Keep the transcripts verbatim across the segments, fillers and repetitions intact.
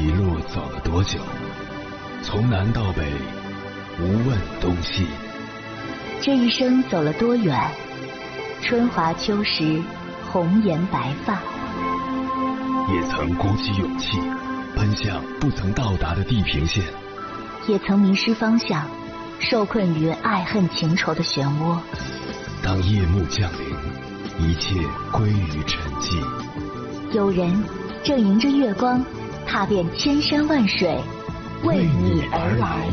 一路走了多久？从南到北，无问东西。 这一生走了多远？春华秋实，红颜白发。 也曾鼓起勇气，奔向不曾到达的地平线。 也曾迷失方向，受困于爱恨情仇的漩涡。 当夜幕降临，一切归于沉寂。 有人正迎着月光，踏遍千山万水，为你而来。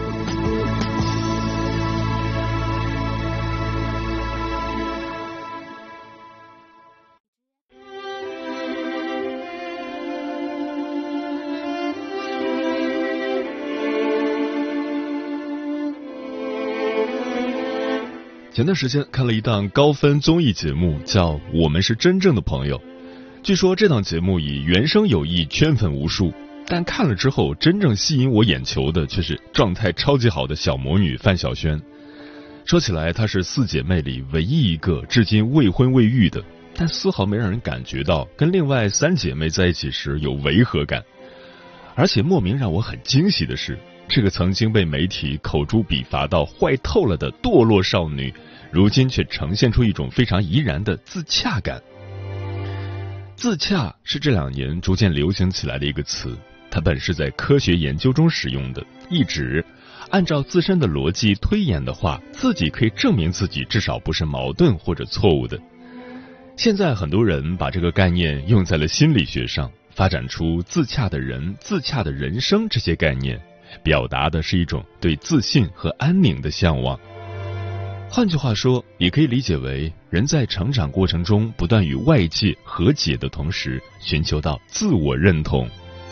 前段时间看了一档高分综艺节目，叫《我们是真正的朋友》。据说这档节目以原声有意圈粉无数，但看了之后，真正吸引我眼球的却是状态超级好的小魔女范晓萱。说起来，她是四姐妹里唯一一个至今未婚未育的，但丝毫没让人感觉到跟另外三姐妹在一起时有违和感。而且莫名让我很惊喜的是，这个曾经被媒体口诛笔伐到坏透了的堕落少女，如今却呈现出一种非常怡然的自洽感。自洽是这两年逐渐流行起来的一个词，它本是在科学研究中使用的，意指按照自身的逻辑推演的话，自己可以证明自己至少不是矛盾或者错误的。现在很多人把这个概念用在了心理学上，发展出自洽的人、自洽的人生这些概念，表达的是一种对自信和安宁的向往。换句话说，也可以理解为人在成长过程中不断与外界和解的同时，寻求到自我认同。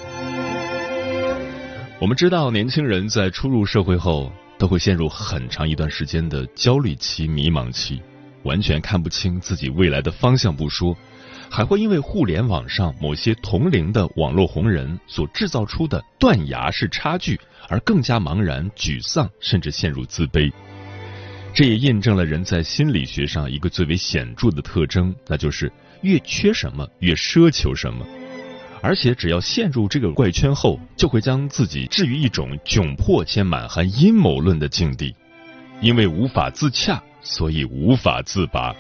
我们知道，年轻人在初入社会后都会陷入很长一段时间的焦虑期、迷茫期，完全看不清自己未来的方向不说，还会因为互联网上某些同龄的网络红人所制造出的断崖式差距而更加茫然、沮丧，甚至陷入自卑。这也印证了人在心理学上一个最为显著的特征，那就是越缺什么越奢求什么。而且只要陷入这个怪圈后，就会将自己置于一种窘迫且满含阴谋论的境地。因为无法自洽，所以无法自拔。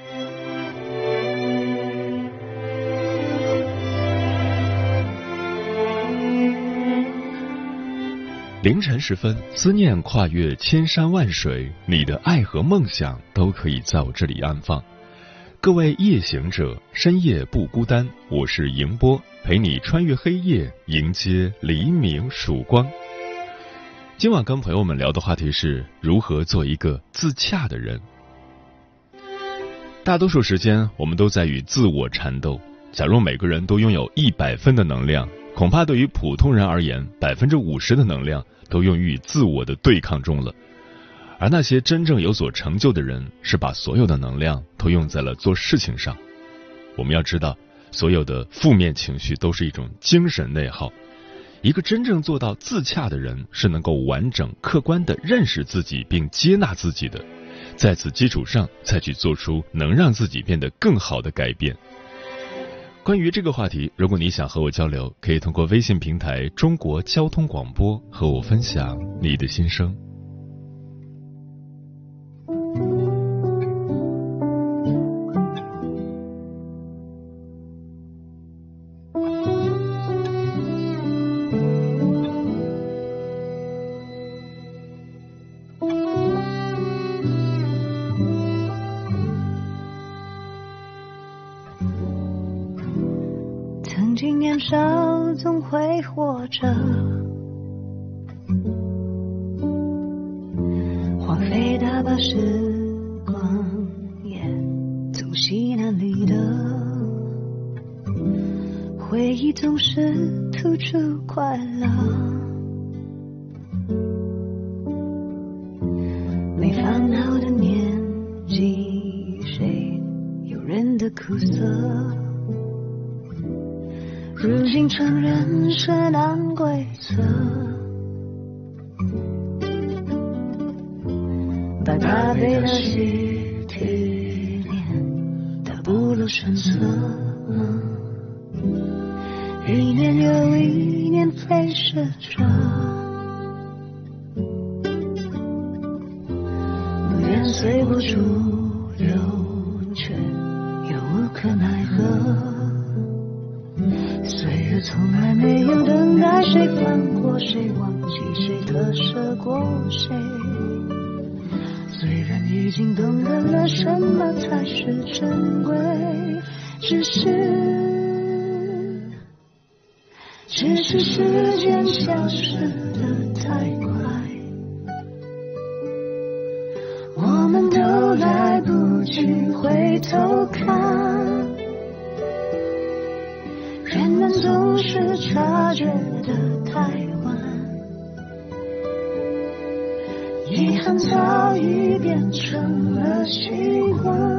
凌晨时分，思念跨越千山万水，你的爱和梦想都可以在我这里安放。各位夜行者，深夜不孤单，我是迎波，陪你穿越黑夜，迎接黎明曙光。今晚跟朋友们聊的话题是如何做一个自洽的人。大多数时间我们都在与自我缠斗，假如每个人都拥有一百分的能量，恐怕对于普通人而言，百分之五十的能量都用于自我的对抗中了。而那些真正有所成就的人，是把所有的能量都用在了做事情上。我们要知道，所有的负面情绪都是一种精神内耗。一个真正做到自洽的人，是能够完整客观地认识自己并接纳自己的，在此基础上再去做出能让自己变得更好的改变。关于这个话题，如果你想和我交流，可以通过微信平台中国交通广播和我分享你的心声。 曾经年少总会活着，荒废的把时光也从西南里的回忆总是突出快乐，没烦恼的年纪，谁有人的苦涩，如今承认是难规则，把咖啡的习题练得不露声色， 一年又一年飞逝着，不愿随波逐流，却又无可奈何。岁月从来没有等待谁放过谁，忘记谁，割舍过谁。虽然已经懂得了什么才是珍贵，只是只是时间消失得太快，我们都来不及回头看，人们总是察觉得太晚，遗憾早已变成了习惯。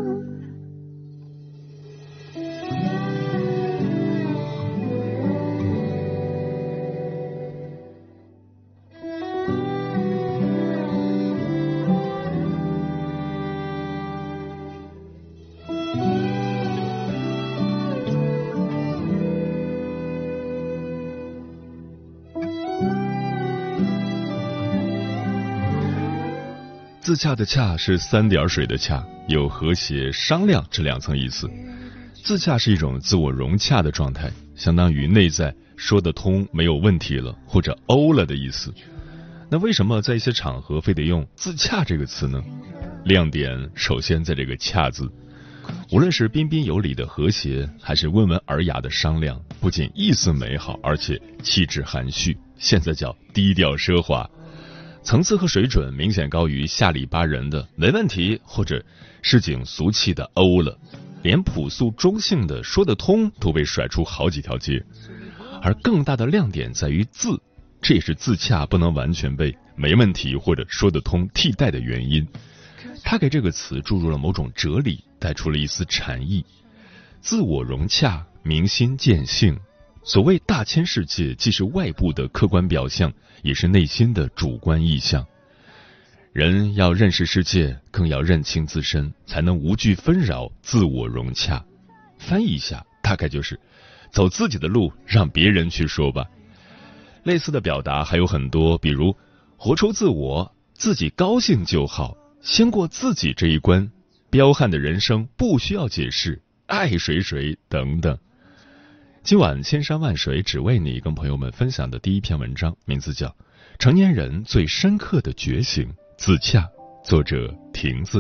自洽的洽是三点水的洽，有和谐、商量这两层意思。自洽是一种自我融洽的状态，相当于内在说得通、没有问题了，或者欧了的意思。那为什么在一些场合非得用自洽这个词呢？亮点首先在这个洽字，无论是彬彬有礼的和谐，还是温文尔雅的商量，不仅意思美好，而且气质含蓄，现在叫低调奢华。层次和水准明显高于下里巴人的没问题或者市井俗气的欧了，连朴素中性的说得通都被甩出好几条街。而更大的亮点在于字，这也是自洽不能完全被没问题或者说得通替代的原因。他给这个词注入了某种哲理，带出了一丝禅意。自我融洽，明心见性。所谓大千世界，既是外部的客观表象，也是内心的主观意象。人要认识世界，更要认清自身，才能无惧纷扰，自我融洽。翻译一下，大概就是走自己的路，让别人去说吧。类似的表达还有很多，比如活出自我，自己高兴就好，先过自己这一关，彪悍的人生不需要解释，爱谁谁等等。今晚千山万水只为你，跟朋友们分享的第一篇文章，名字叫《成年人最深刻的觉醒：自洽》，作者亭子。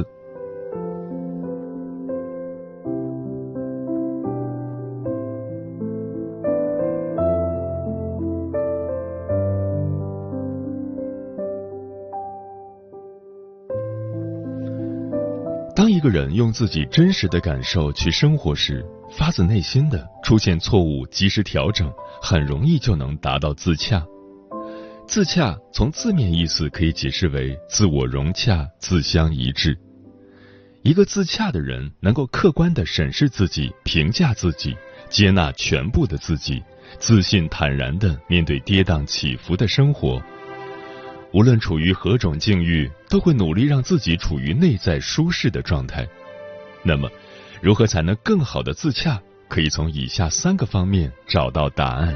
当一个人用自己真实的感受去生活时，发自内心的出现错误及时调整，很容易就能达到自洽。自洽从字面意思可以解释为自我融洽、自相一致。一个自洽的人能够客观地审视自己，评价自己，接纳全部的自己，自信坦然地面对跌宕起伏的生活。无论处于何种境遇，都会努力让自己处于内在舒适的状态。那么如何才能更好的自洽？可以从以下三个方面找到答案。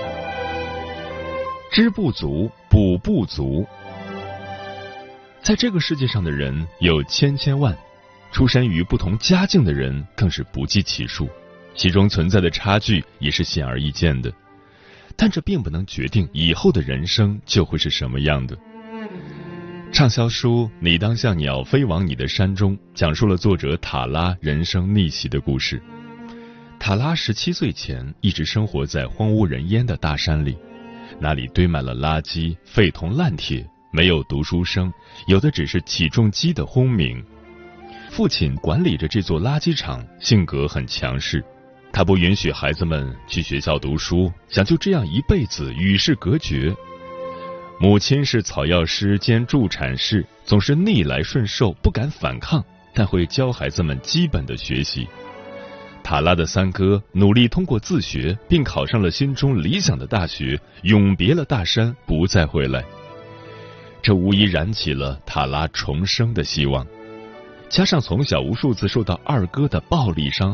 知不足，补不足。在这个世界上的人有千千万，出身于不同家境的人更是不计其数，其中存在的差距也是显而易见的。但这并不能决定以后的人生就会是什么样的。畅销书《你当像鸟飞往你的山》中讲述了作者塔拉人生逆袭的故事。塔拉十七岁前一直生活在荒无人烟的大山里，那里堆满了垃圾、废铜烂铁，没有读书声，有的只是起重机的轰鸣。父亲管理着这座垃圾场，性格很强势，他不允许孩子们去学校读书，想就这样一辈子与世隔绝。母亲是草药师兼助产士，总是逆来顺受，不敢反抗，但会教孩子们基本的学习。塔拉的三哥努力通过自学，并考上了心中理想的大学，永别了大山，不再回来。这无疑燃起了塔拉重生的希望。加上从小无数次受到二哥的暴力伤害，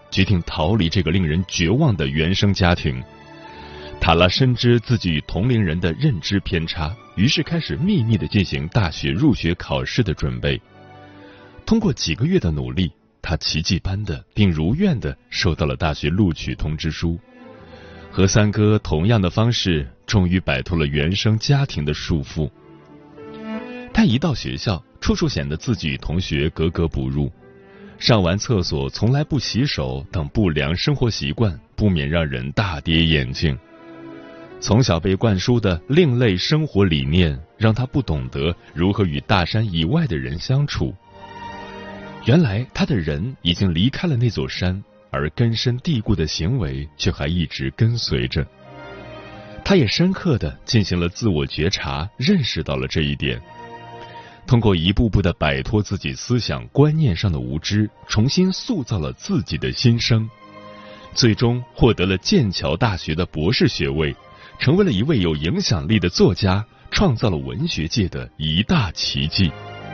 决定逃离这个令人绝望的原生家庭。塔拉深知自己与同龄人的认知偏差，于是开始秘密地进行大学入学考试的准备。通过几个月的努力，他奇迹般的并如愿的收到了大学录取通知书。和三哥同样的方式，终于摆脱了原生家庭的束缚。他一到学校，处处显得自己与同学格格不入，上完厕所从来不洗手等不良生活习惯，不免让人大跌眼镜。从小被灌输的另类生活理念，让他不懂得如何与大山以外的人相处。原来他的人已经离开了那座山，而根深蒂固的行为却还一直跟随着。他也深刻地进行了自我觉察，认识到了这一点。通过一步步地摆脱自己思想观念上的无知，重新塑造了自己的心声，最终获得了剑桥大学的博士学位，成为了一位有影响力的作家，创造了文学界的一大奇迹。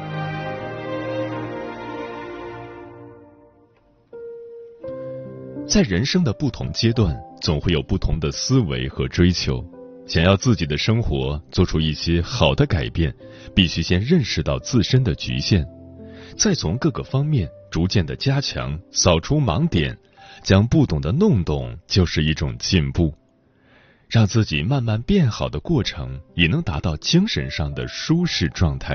在人生的不同阶段，总会有不同的思维和追求。想要自己的生活做出一些好的改变，必须先认识到自身的局限，再从各个方面逐渐的加强，扫除盲点，将不懂的弄懂，就是一种进步。让自己慢慢变好的过程，也能达到精神上的舒适状态。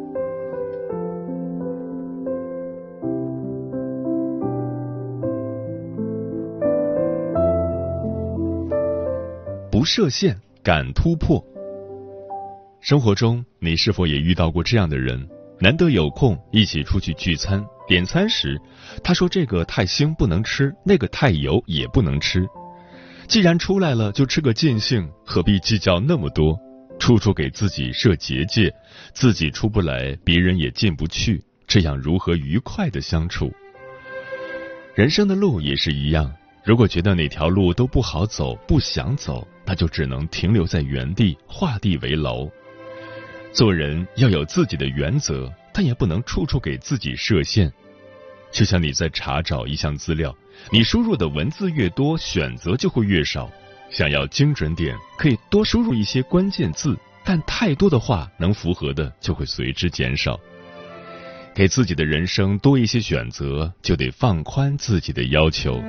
不设限，敢突破。生活中，你是否也遇到过这样的人？难得有空一起出去聚餐，点餐时，他说这个太腥不能吃，那个太油也不能吃。既然出来了，就吃个尽兴，何必计较那么多？处处给自己设结界，自己出不来，别人也进不去，这样如何愉快的相处？人生的路也是一样，如果觉得哪条路都不好走，不想走，那就只能停留在原地，画地为牢。做人要有自己的原则，但也不能处处给自己设限。就像你在查找一项资料，你输入的文字越多，选择就会越少。想要精准点，可以多输入一些关键字，但太多的话，能符合的就会随之减少。给自己的人生多一些选择，就得放宽自己的要求。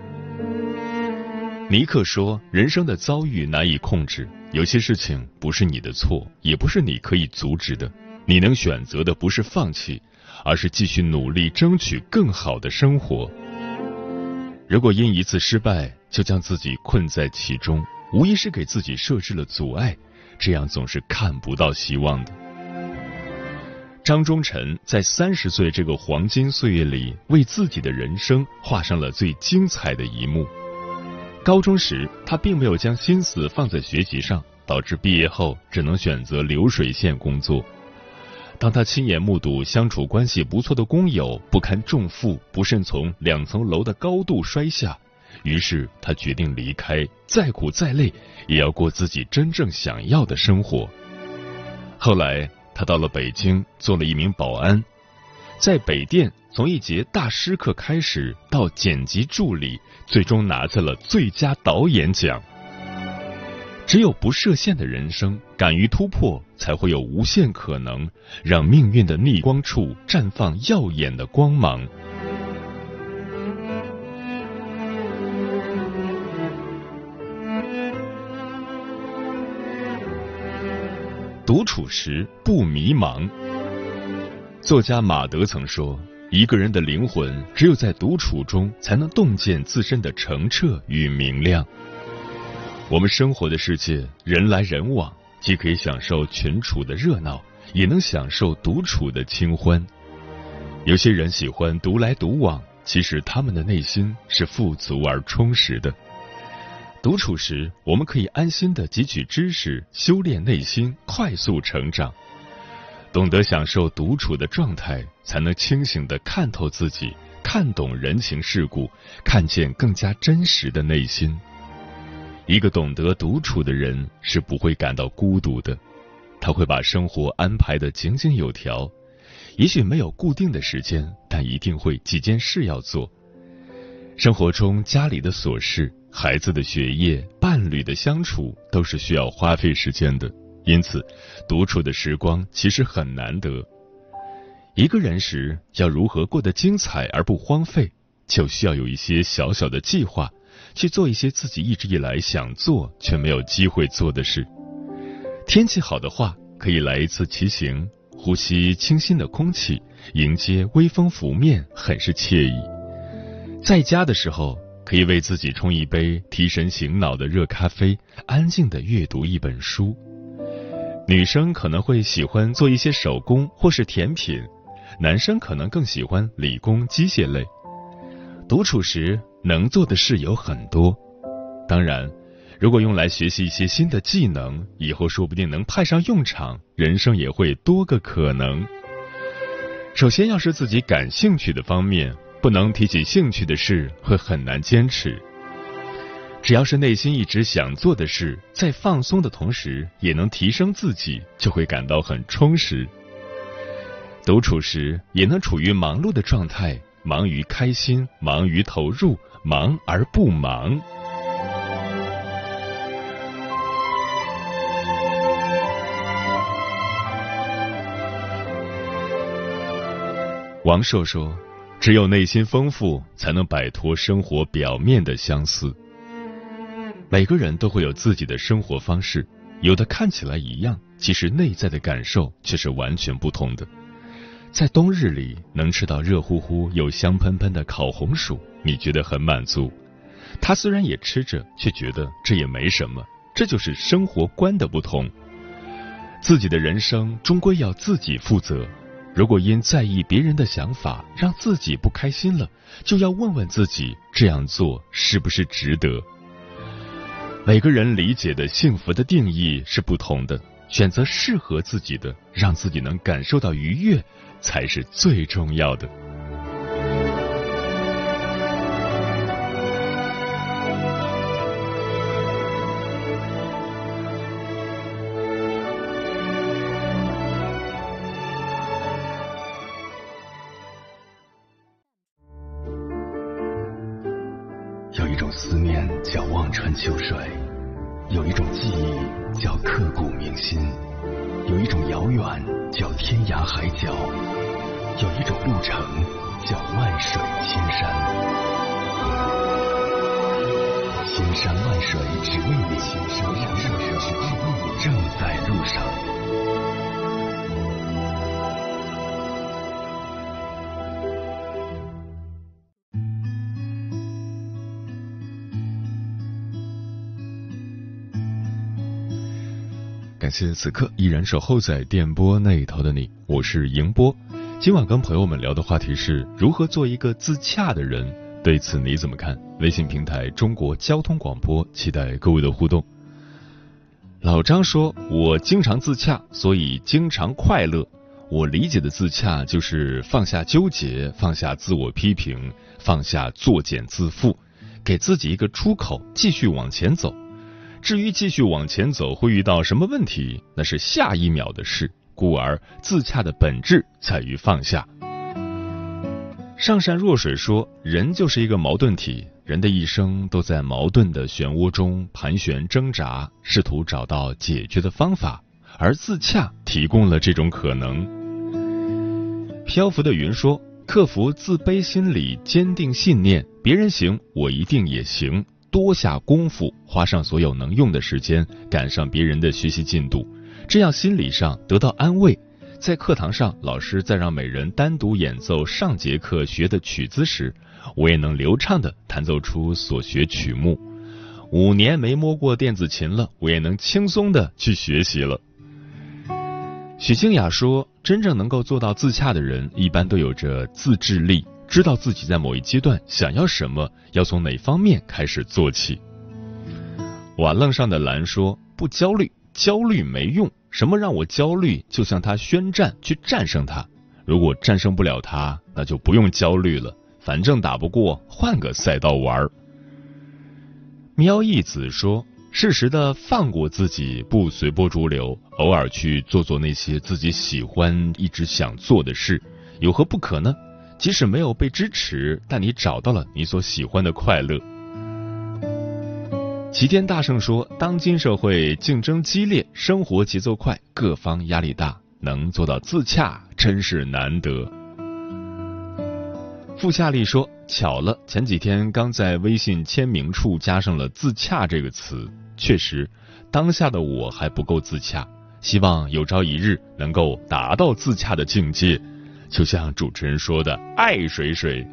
尼克说，人生的遭遇难以控制，有些事情不是你的错，也不是你可以阻止的。你能选择的不是放弃，而是继续努力争取更好的生活。如果因一次失败就将自己困在其中，无疑是给自己设置了阻碍，这样总是看不到希望的。张忠臣在三十岁这个黄金岁月里，为自己的人生画上了最精彩的一幕。高中时，他并没有将心思放在学习上，导致毕业后只能选择流水线工作。当他亲眼目睹相处关系不错的工友不堪重负，不慎从两层楼的高度摔下，于是他决定离开，再苦再累，也要过自己真正想要的生活。后来，他到了北京，做了一名保安。在北电，从一节大师课开始，到剪辑助理，最终拿下了最佳导演奖。只有不设限的人生，敢于突破，才会有无限可能，让命运的逆光处绽放耀眼的光芒。独处时不迷茫。作家马德曾说，一个人的灵魂只有在独处中才能洞见自身的澄澈与明亮。我们生活的世界人来人往，既可以享受群处的热闹，也能享受独处的清欢。有些人喜欢独来独往，其实他们的内心是富足而充实的。独处时，我们可以安心地汲取知识，修炼内心，快速成长。懂得享受独处的状态，才能清醒地看透自己，看懂人情世故，看见更加真实的内心。一个懂得独处的人是不会感到孤独的，他会把生活安排得井井有条，也许没有固定的时间，但一定会几件事要做。 生活中家里的琐事、孩子的学业、伴侣的相处都是需要花费时间的，因此独处的时光其实很难得。一个人时要如何过得精彩而不荒废，就需要有一些小小的计划，去做一些自己一直以来想做却没有机会做的事。天气好的话，可以来一次骑行，呼吸清新的空气，迎接微风拂面，很是惬意。在家的时候，可以为自己冲一杯提神醒脑的热咖啡，安静地阅读一本书。女生可能会喜欢做一些手工或是甜品，男生可能更喜欢理工机械类。独处时能做的事有很多，当然如果用来学习一些新的技能，以后说不定能派上用场，人生也会多个可能。首先要是自己感兴趣的方面，不能提起兴趣的事会很难坚持。只要是内心一直想做的事，在放松的同时也能提升自己，就会感到很充实。独处时也能处于忙碌的状态，忙于开心，忙于投入，忙而不忙。王朔说，只有内心丰富，才能摆脱生活表面的相似。每个人都会有自己的生活方式，有的看起来一样，其实内在的感受却是完全不同的。在冬日里能吃到热乎乎又香喷喷的烤红薯，你觉得很满足。他虽然也吃着，却觉得这也没什么，这就是生活观的不同。自己的人生终归要自己负责，如果因在意别人的想法让自己不开心了，就要问问自己这样做是不是值得。每个人理解的幸福的定义是不同的，选择适合自己的，让自己能感受到愉悦，才是最重要的。 有一种思念叫望穿秋水，有一种记忆叫刻骨铭心，有一种遥远叫天涯海角，有一种路程叫万水千山。千山万水只为你，千山万水只为你，正在路上。 感谢此刻依然守候在电波那头的你，我是迎波。今晚跟朋友们聊的话题是如何做一个自洽的人，对此你怎么看？微信平台中国交通广播，期待各位的互动。老张说，我经常自洽，所以经常快乐。我理解的自洽就是放下纠结，放下自我批评，放下作茧自缚，给自己一个出口，继续往前走。至于继续往前走会遇到什么问题，那是下一秒的事，故而自洽的本质在于放下。上善若水说，人就是一个矛盾体，人的一生都在矛盾的漩涡中盘旋挣扎，试图找到解决的方法，而自洽提供了这种可能。漂浮的云说，克服自卑心理，坚定信念，别人行，我一定也行，多下功夫，花上所有能用的时间，赶上别人的学习进度，这样心理上得到安慰。在课堂上，老师在让每人单独演奏上节课学的曲子时，我也能流畅地弹奏出所学曲目。五年没摸过电子琴了，我也能轻松地去学习了。许清雅说，真正能够做到自洽的人，一般都有着自制力，知道自己在某一阶段想要什么，要从哪方面开始做起。瓦楞上的蓝说，不焦虑，焦虑没用，什么让我焦虑，就向他宣战，去战胜他。如果战胜不了他，那就不用焦虑了，反正打不过，换个赛道玩。喵一子说，适时的放过自己，不随波逐流，偶尔去做做那些自己喜欢一直想做的事，有何不可呢？ 即使没有被支持，但你找到了你所喜欢的快乐。齐天大圣说，当今社会竞争激烈，生活节奏快，各方压力大，能做到自洽真是难得。傅夏丽说，巧了，前几天刚在微信签名处加上了自洽这个词，确实当下的我还不够自洽，希望有朝一日能够达到自洽的境界，就像主持人说的，爱水水。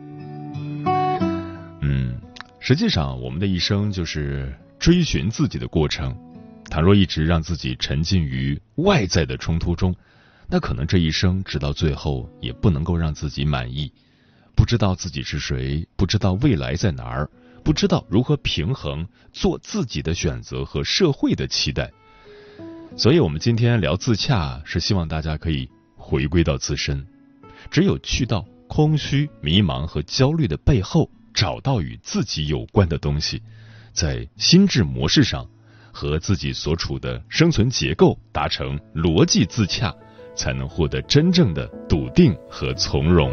嗯，实际上我们的一生就是追寻自己的过程，倘若一直让自己沉浸于外在的冲突中，那可能这一生直到最后也不能够让自己满意，不知道自己是谁，不知道未来在哪儿，不知道如何平衡做自己的选择和社会的期待。所以我们今天聊自洽，是希望大家可以回归到自身，只有去到空虚、迷茫和焦虑的背后，找到与自己有关的东西，在心智模式上和自己所处的生存结构达成逻辑自洽，才能获得真正的笃定和从容。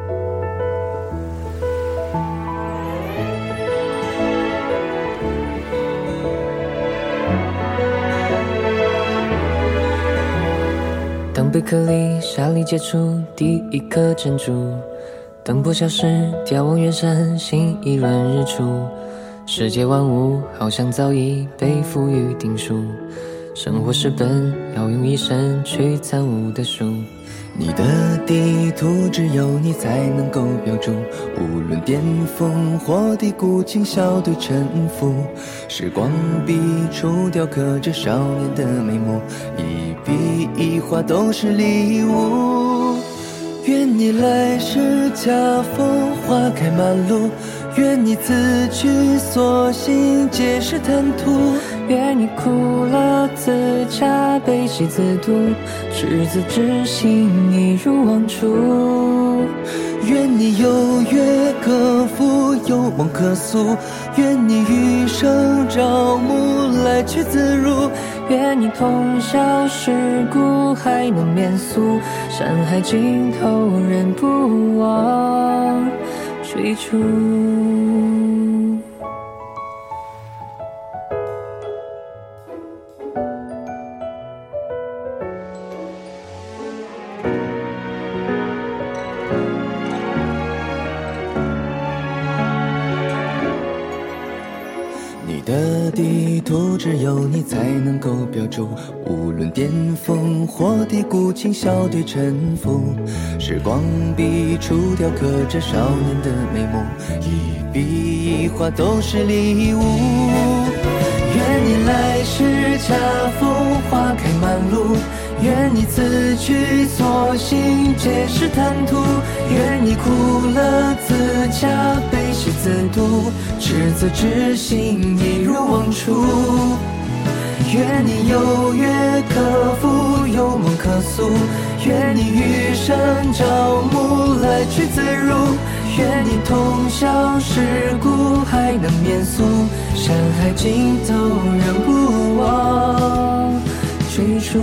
当贝壳里沙粒结出第一颗珍珠，灯波消失，眺望远山，心已润日出。世界万物好像早已被赋予定数，生活是本要用一生去参悟的书。 你的地图只有你才能够标注，无论巅峰或低谷，请笑对沉浮。时光笔触雕刻着少年的眉目，一笔一画都是礼物。愿你来时恰逢花开满路，愿你此去所行皆是坦途。 愿你哭了自洽，悲喜自度，赤子之心一如往初。 愿你有约可赴，有梦可诉，愿你余生朝暮来去自如。 愿你通宵世故还能免俗，山海尽头人不忘追逐。 你的地图只有你才能够标注，无论巅峰或低谷，请笑对沉浮。时光笔触雕刻着少年的眉目，一笔一画都是礼物。愿你来时恰逢花开满路，愿你此去所行皆是坦途。愿你哭了自洽，悲喜自度，赤子之心一如往初。愿你有约可赴，有梦可诉，愿你余生朝暮来去自如。愿你通宵世故还能免俗，山海尽头仍不忘追逐。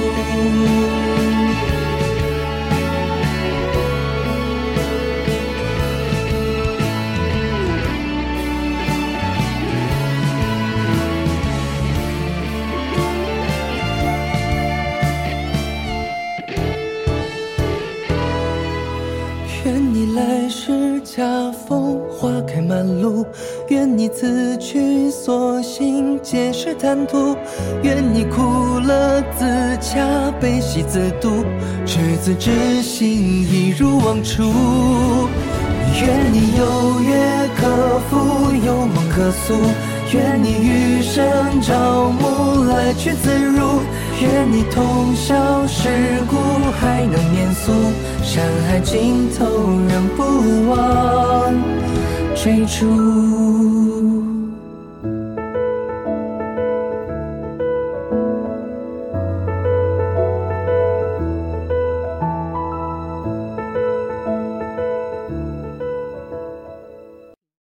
愿你来时恰逢花开满路，愿你此去所行皆是坦途。愿你哭了自洽，悲喜自度，赤子之心一如往初。愿你有约可赴，有梦可诉，愿你余生朝暮来去自如。愿你通宵世故还能免俗，山海尽头仍不忘追逐。